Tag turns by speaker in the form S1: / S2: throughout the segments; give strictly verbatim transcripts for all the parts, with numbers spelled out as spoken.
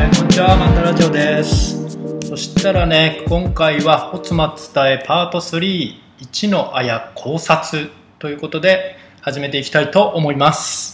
S1: えー、こんにちは、マンタラジオです。そしたらね、今回はホツマ伝えパートスリー、いちのあや考察ということで始めていきたいと思います。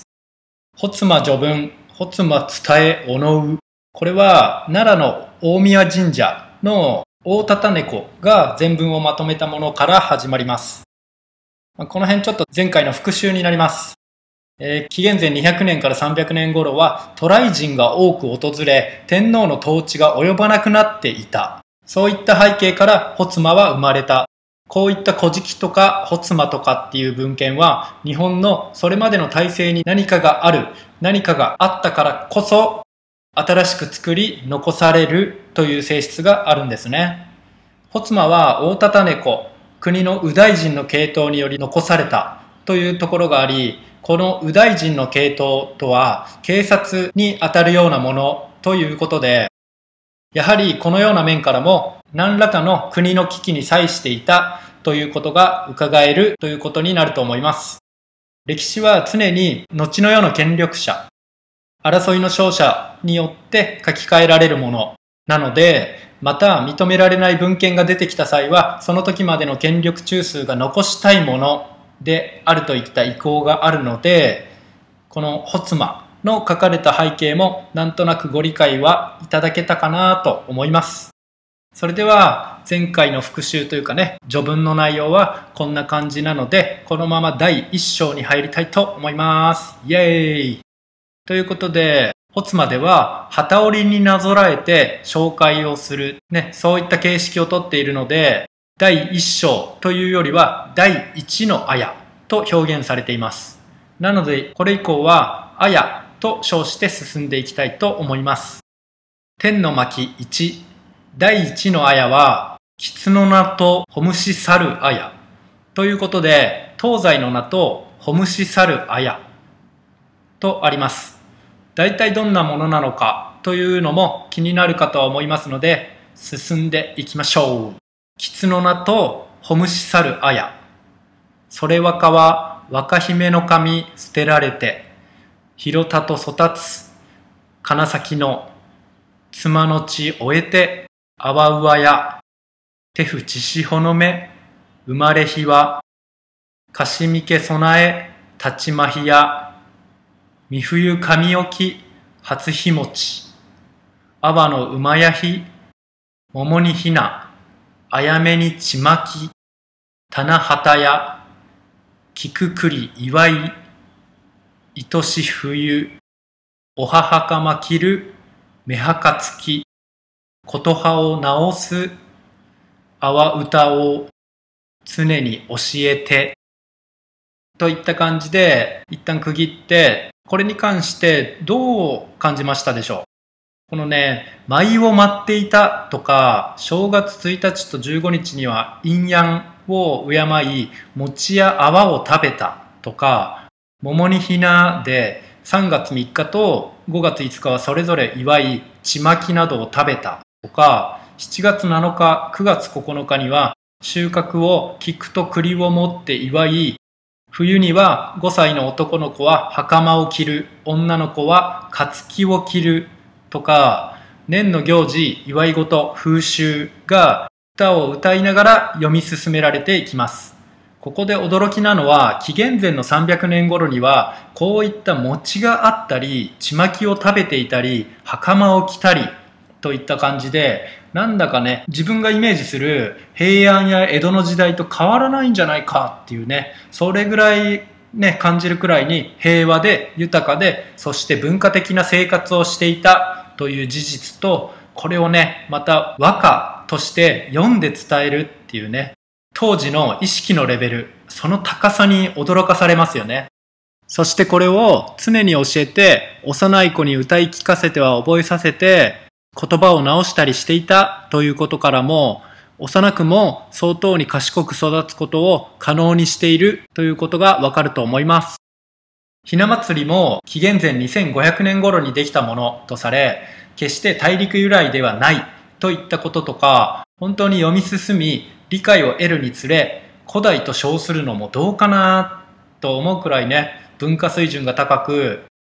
S1: ホツマ序文、ホツマ伝えおのう。これは奈良の大宮神社の大忠猫が全文をまとめたものから始まります。この辺ちょっと前回の復習になります。えー、紀元前にひゃくねんからさんびゃくねん頃は渡来人が多く訪れ、天皇の統治が及ばなくなっていた。そういった背景からホツマは生まれた。こういった古事記とかホツマとかっていう文献は日本のそれまでの体制に何かがある、何かがあったからこそ新しく作り残されるという性質があるんですね。ホツマは大忠猫、国の右大臣の系統により残されたというところがあり、この右大臣の系統とは警察に当たるようなものということで、やはりこのような面からも何らかの国の危機に際していたということが伺えるということになると思います。歴史は常に後の世の権力者、争いの勝者によって書き換えられるものなので、また認められない文献が出てきた際はその時までの権力中枢が残したいものであるといった意向があるので、このホツマの書かれた背景もなんとなくご理解はいただけたかなと思います。それでは前回の復習というかね、序文の内容はこんな感じなので、このままだいいっ章に入りたいと思います。イエーイということで、ホツマでは機織りになぞらえて紹介をする、ね、そういった形式をとっているので、だいいっ章というよりはだいいちのあやと表現されています。なのでこれ以降はあやと称して進んでいきたいと思います。天の巻いち、だいいちのあやは狐の名とほむし去るあやということで、東西の名とほむし去るあやとあります。大体どんなものなのかというのも気になるかとは思いますので、進んでいきましょう。狐の名とほむし去るあや。それ若は若姫の髪捨てられて、広田と育つ金先の妻の血終えてあわうわや。手ふちしほのめ生まれ日は、かしみけ備え立ちまひや。み冬神置き初日持ち。あばの馬やひ、桃にひな。あやめにちまき、棚旗や、菊栗祝い、愛し冬、おははかまきる、めはかつき、ことはを直す、あわ歌を常に教えて、といった感じで一旦区切って、これに関してどう感じましたでしょう。このね、舞を舞っていたとか、正月ついたちとじゅうごにちには陰陽を敬い、餅や泡を食べたとか、桃にひなでさんがつみっかとごがついつかはそれぞれ祝い、ちまきなどを食べたとか、しちがつなのか、くがつここのかには収穫を菊と栗を持って祝い、冬にはごさいの男の子は袴を着る、女の子は勝を着るとか、年の行事、祝い事、風習が歌を歌いながら読み進められていきます。ここで驚きなのは、紀元前のさんびゃくねん頃にはこういった餅があったり、ちまきを食べていたり、袴を着たりといった感じで、なんだかね、自分がイメージする平安や江戸の時代と変わらないんじゃないかっていうね、それぐらいね、感じるくらいに平和で豊かで、そして文化的な生活をしていたという事実と、これをね、また和歌として読んで伝えるっていうね、当時の意識のレベル、その高さに驚かされますよね。そしてこれを常に教えて、幼い子に歌い聞かせては覚えさせて、言葉を直したりしていたということからも、幼くも相当に賢く育つことを可能にしているということがわかると思います。ひな祭りも紀元前にせんごひゃくねん頃にできたものとされ、決して大陸由来ではないといったこととか、本当に読み進み理解を得るにつれ、古代と称するのもどうかなと思うくらいね、文化水準が高く、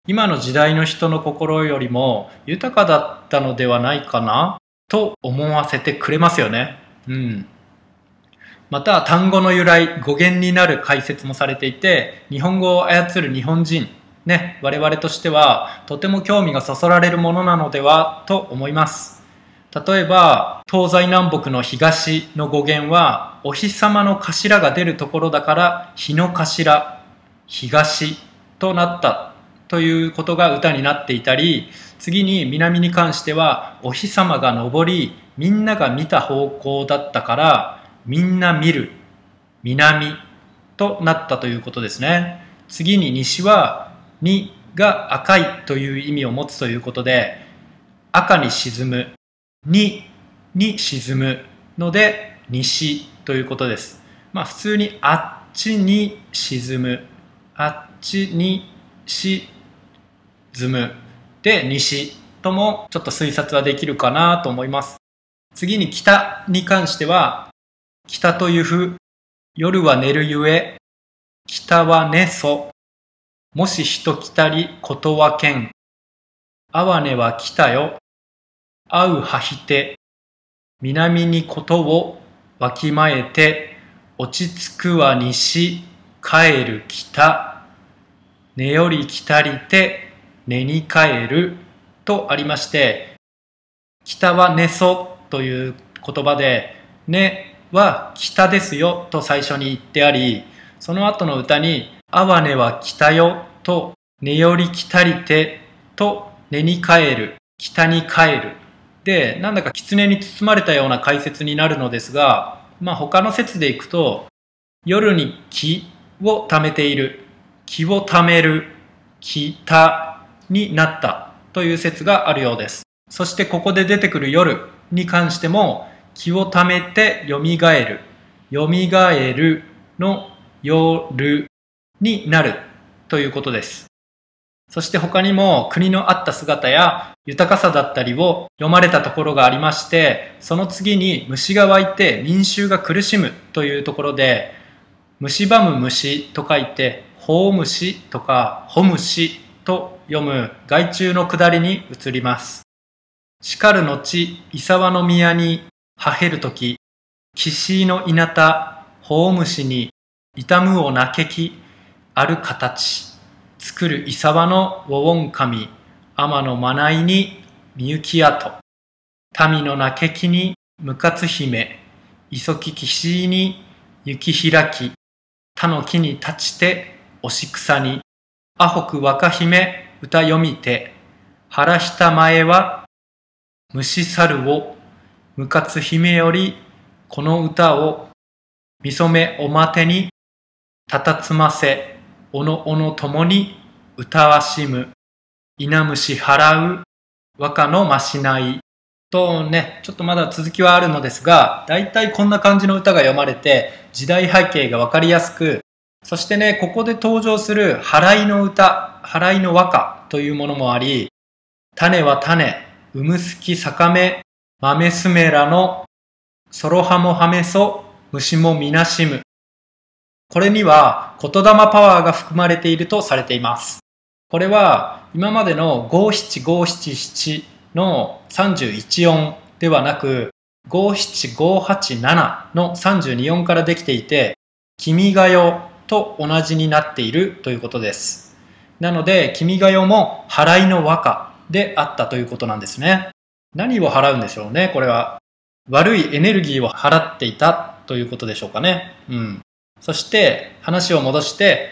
S1: 今の時代の人の心よりも豊かだったのではないかなと思わせてくれますよね。うん。また単語の由来、語源になる解説もされていて、日本語を操る日本人、ね、我々としてはとても興味がそそられるものなのではと思います。例えば東西南北の東の語源はお日様の頭が出るところだから日の頭、東となったということが歌になっていたり、次に南に関してはお日様が昇りみんなが見た方向だったからみんな見る、南となったということですね。次に西はにが赤いという意味を持つということで、赤に沈む、にに沈むので西ということです。まあ普通にあっちに沈む、あっちに沈むで西ともちょっと推察はできるかなと思います。次に北に関しては、北というふ、夜は寝るゆえ、北は寝そ、もし人来たりことはけん、あわねは来たよ、会うはひて、南にことをわきまえて、落ち着くは西、帰る北、寝より来たりて、寝に帰るとありまして、北は寝そという言葉で、寝は北ですよと最初に言ってあり、その後の歌に、あわねは来たよと、寝より来たりてと、寝に帰る、北に帰る。で、なんだか狐に包まれたような解説になるのですが、まあ他の説でいくと、夜に気を溜めている、気を溜める、北になったという説があるようです。そしてここで出てくる夜に関しても、気を溜めてよみがえる、よみがえるの夜になるということです。そして他にも国のあった姿や豊かさだったりを読まれたところがありまして、その次に虫が湧いて民衆が苦しむというところで、蝕む虫と書いて、ほうむしとかほむしと読む害虫の下りに移ります。しかるのち、伊沢の宮にはへるとき、岸の稲田、ほうむしに、痛むをなけき、ある形、作る伊沢のウォウォン神、天のまないにみゆき跡、民のなけきにむかつ姫、いそき岸に雪開き、他の木に立ちておし草に、あほく若姫歌読みて、腹ひた前は虫猿を、むかつ姫よりこの歌を、みそめおまてにたたつませ、おのおのともに歌わしむ、稲虫払う和歌のましないとね、ちょっとまだ続きはあるのですが、だいたいこんな感じの歌が読まれて、時代背景がわかりやすく、そしてね、ここで登場する払いの歌、払いの和歌というものもあり、種は種、うむすきさめ、豆すめらの、そろはもはめそ、虫もみなしむ。これには言霊パワーが含まれているとされています。これは今までのご七ご七七のさんじゅういち音ではなく、ご七ごはちななのさんじゅうに音からできていて、君が代と同じになっているということです。なので、君が代も払いの和歌であったということなんですね。何を払うんでしょうね、これは。悪いエネルギーを払っていたということでしょうかね。うん。そして話を戻して、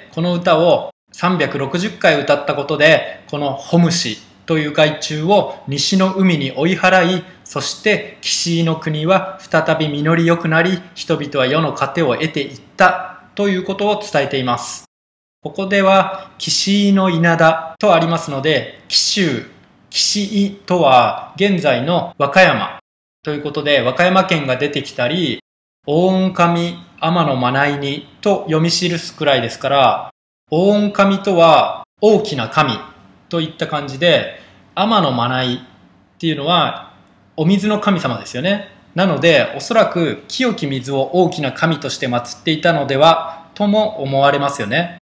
S1: この歌をさんびゃくろくじゅっかい歌ったことで、このホムシという害虫を西の海に追い払い、そして岸の国は再び実り良くなり、人々は世の糧を得ていったということを伝えています。ここでは岸の稲田とありますので、紀州、岸井とは現在の和歌山ということで、和歌山県が出てきたり、大音神天のまないにと読み記すくらいですから、大音神とは大きな神といった感じで、天のまないっていうのはお水の神様ですよね。なので、おそらく清き水を大きな神として祀っていたのではとも思われますよね。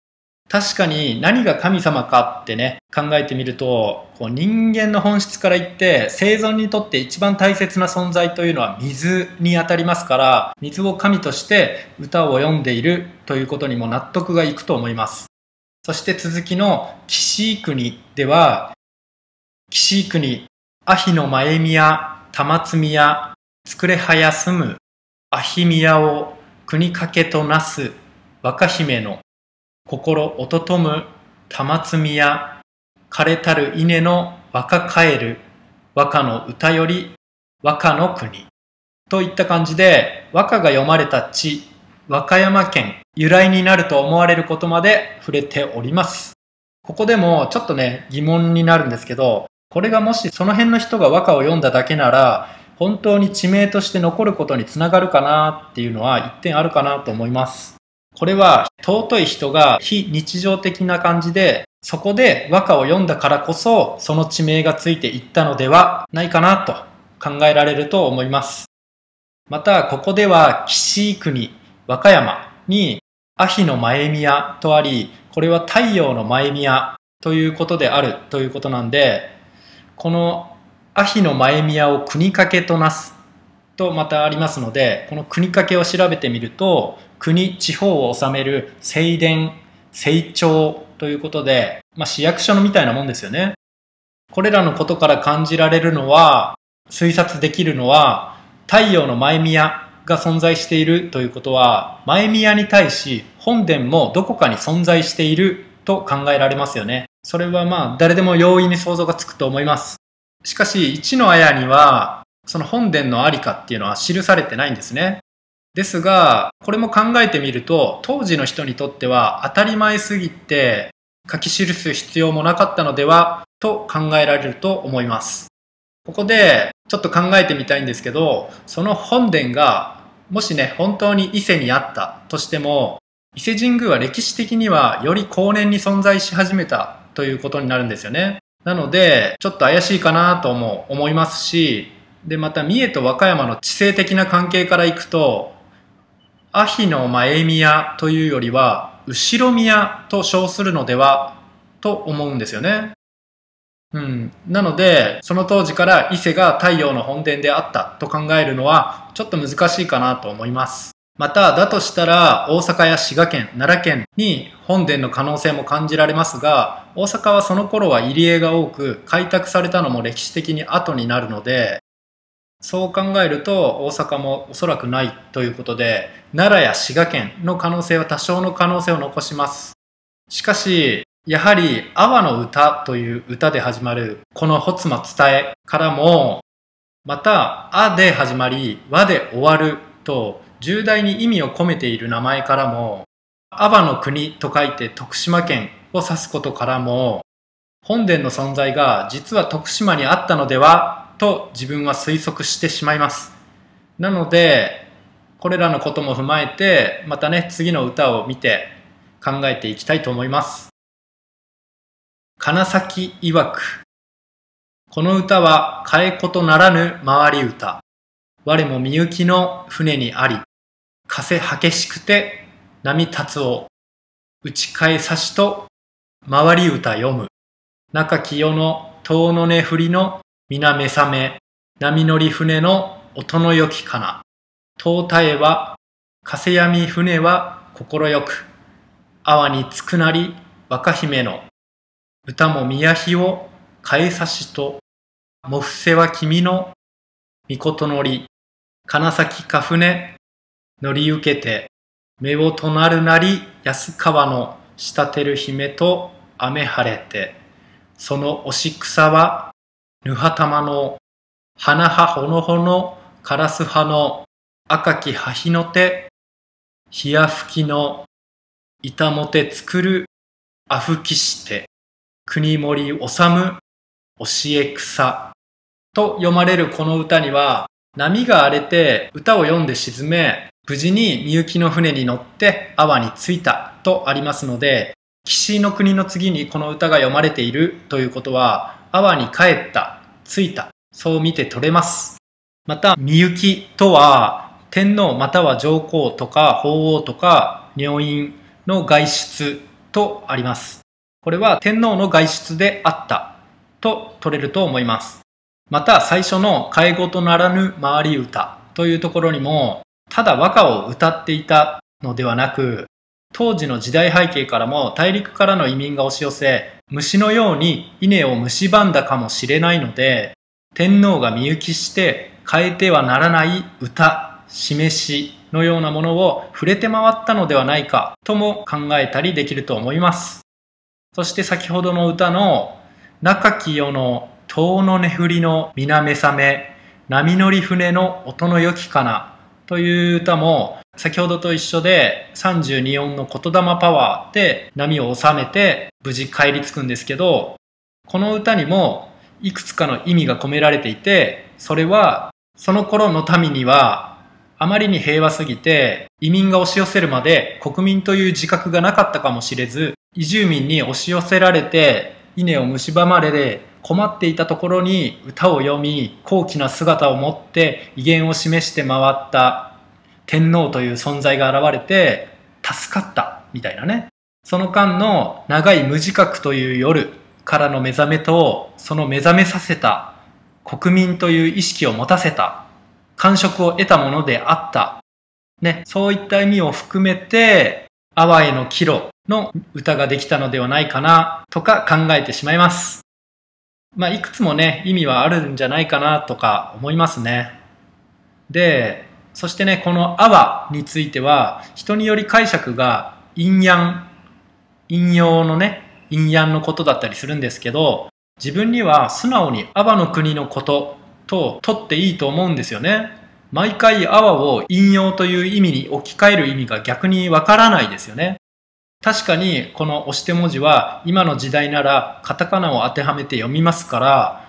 S1: 確かに何が神様かってね、考えてみると、こう人間の本質から言って生存にとって一番大切な存在というのは水にあたりますから、水を神として歌を詠んでいるということにも納得がいくと思います。そして続きの岸井国では、岸井国、秋の前宮、玉津宮、つくれはやすむ、あひ宮を国かけとなす若姫の心おととむ玉津宮、枯れたる稲の若帰る和歌の歌より和歌の国といった感じで、和歌が読まれた地、和歌山県由来になると思われることまで触れております。ここでもちょっとね疑問になるんですけど、これがもしその辺の人が和歌を読んだだけなら本当に地名として残ることにつながるかなっていうのは一点あるかなと思います。これは尊い人が非日常的な感じで、そこで和歌を読んだからこそその地名がついていったのではないかなと考えられると思います。またここでは岸井国和歌山に秋の前宮とあり、これは太陽の前宮ということであるということなんで、この秋の前宮を国かけとなすとまたありますので、この国かけを調べてみると、国、地方を治める正殿、正庁ということで、まあ、市役所のみたいなもんですよね。これらのことから感じられるのは、推察できるのは、太陽の前宮が存在しているということは、前宮に対し本殿もどこかに存在していると考えられますよね。それはまあ誰でも容易に想像がつくと思います。しかし一の綾にはその本殿のありかっていうのは記されてないんですね。ですがこれも考えてみると、当時の人にとっては当たり前すぎて書き記す必要もなかったのではと考えられると思います。ここでちょっと考えてみたいんですけど、その本殿がもしね本当に伊勢にあったとしても、伊勢神宮は歴史的にはより後年に存在し始めたということになるんですよね。なのでちょっと怪しいかなとも思いますし、でまた三重と和歌山の地政的な関係からいくと、秋の前宮というよりは後ろ宮と称するのではと思うんですよね。うん、なのでその当時から伊勢が太陽の本殿であったと考えるのはちょっと難しいかなと思います。まただとしたら大阪や滋賀県、奈良県に本殿の可能性も感じられますが、大阪はその頃は入り江が多く開拓されたのも歴史的に後になるので、そう考えると大阪もおそらくないということで、奈良や滋賀県の可能性は多少の可能性を残します。しかしやはり阿波の歌という歌で始まるこの穂妻伝えからも、またあで始まり和で終わると重大に意味を込めている名前からも、阿波の国と書いて徳島県を指すことからも、本殿の存在が実は徳島にあったのではと自分は推測してしまいます。なのでこれらのことも踏まえて、またね次の歌を見て考えていきたいと思います。金崎曰く、この歌は替えことならぬ回り歌。我もみゆきの船にあり、風激しくて波立つを、打ち替えさしと回り歌読む。中清の遠の根振りの皆目覚め、波乗り船の音のよきかな。遠たえは、風闇船は心よく、阿波につくなり若姫の、歌も宮妃を替えさしと、もふせは君のみことのり、金崎か船乗り受けて、目をとなるなり安川の滴てる姫と雨晴れて、そのおし草はぬはたまの、花葉ほのほのカラス葉の赤き葉日の手、ひやふきの板もて作るあふきして、国森治む教え草と読まれるこの歌には、波が荒れて歌を読んで沈め、無事にみゆきの船に乗って阿波に着いたとありますので、岸の国の次にこの歌が読まれているということは、阿波に帰った、着いた、そう見て取れます。またみゆきとは天皇または上皇とか法皇とか女院の外出とあります。これは天皇の外出であったと取れると思います。また最初の替え事ならぬ回り歌というところにも、ただ和歌を歌っていたのではなく、当時の時代背景からも大陸からの移民が押し寄せ、虫のように稲を蝕んだかもしれないので、天皇が身請きして変えてはならない歌、示しのようなものを触れて回ったのではないかとも考えたりできると思います。そして先ほどの歌の中き世の遠の寝振りの皆めさめ、波乗り船の音のよきかなという歌も先ほどと一緒でさんじゅうに音の言霊パワーで波を収めて無事帰り着くんですけど、この歌にもいくつかの意味が込められていて、それはその頃の民にはあまりに平和すぎて移民が押し寄せるまで国民という自覚がなかったかもしれず、移住民に押し寄せられて稲を蝕まれで困っていたところに歌を読み、高貴な姿を持って威厳を示して回った天皇という存在が現れて助かったみたいなね。その間の長い無自覚という夜からの目覚めと、その目覚めさせた国民という意識を持たせた感触を得たものであった、ね、そういった意味を含めて阿波への帰路の歌ができたのではないかなとか考えてしまいます。まあいくつもね意味はあるんじゃないかなとか思いますね。で、そしてね、この阿波については人により解釈が陰陽、陰陽のね陰陽のことだったりするんですけど、自分には素直に阿波の国のことと取っていいと思うんですよね。毎回阿波を陰陽という意味に置き換える意味が逆にわからないですよね。確かにこの押して文字は今の時代ならカタカナを当てはめて読みますから、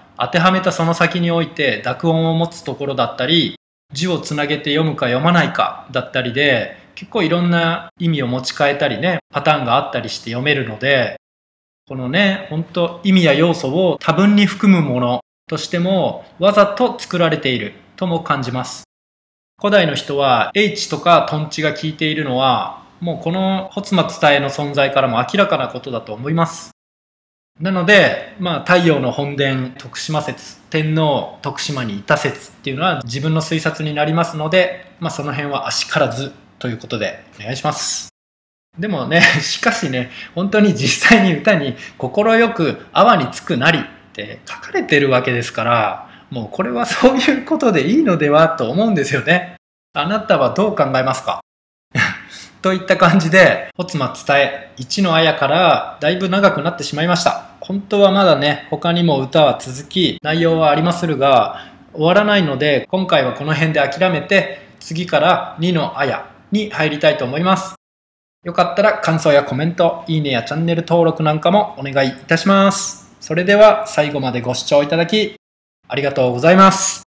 S1: 当てはめたその先において濁音を持つところだったり、字をつなげて読むか読まないかだったりで、結構いろんな意味を持ち替えたりね、パターンがあったりして読めるので、このね、本当意味や要素を多分に含むものとしてもわざと作られているとも感じます。古代の人は H とかトンチが効いているのはもうこの穂松伝の存在からも明らかなことだと思います。なので、まあ、太陽の本殿徳島説、天皇徳島にいた説っていうのは自分の推察になりますので、まあ、その辺はあしからずということでお願いします。でもね、しかしね、本当に実際に歌に心よく阿波につくなりって書かれてるわけですから、もうこれはそういうことでいいのではと思うんですよね。あなたはどう考えますかといった感じで、穂松伝一の綾からだいぶ長くなってしまいました。本当はまだね、他にも歌は続き、内容はありまするが、終わらないので、今回はこの辺で諦めて、次からにの綾に入りたいと思います。よかったら感想やコメント、いいねやチャンネル登録なんかもお願いいたします。それでは最後までご視聴いただき、ありがとうございます。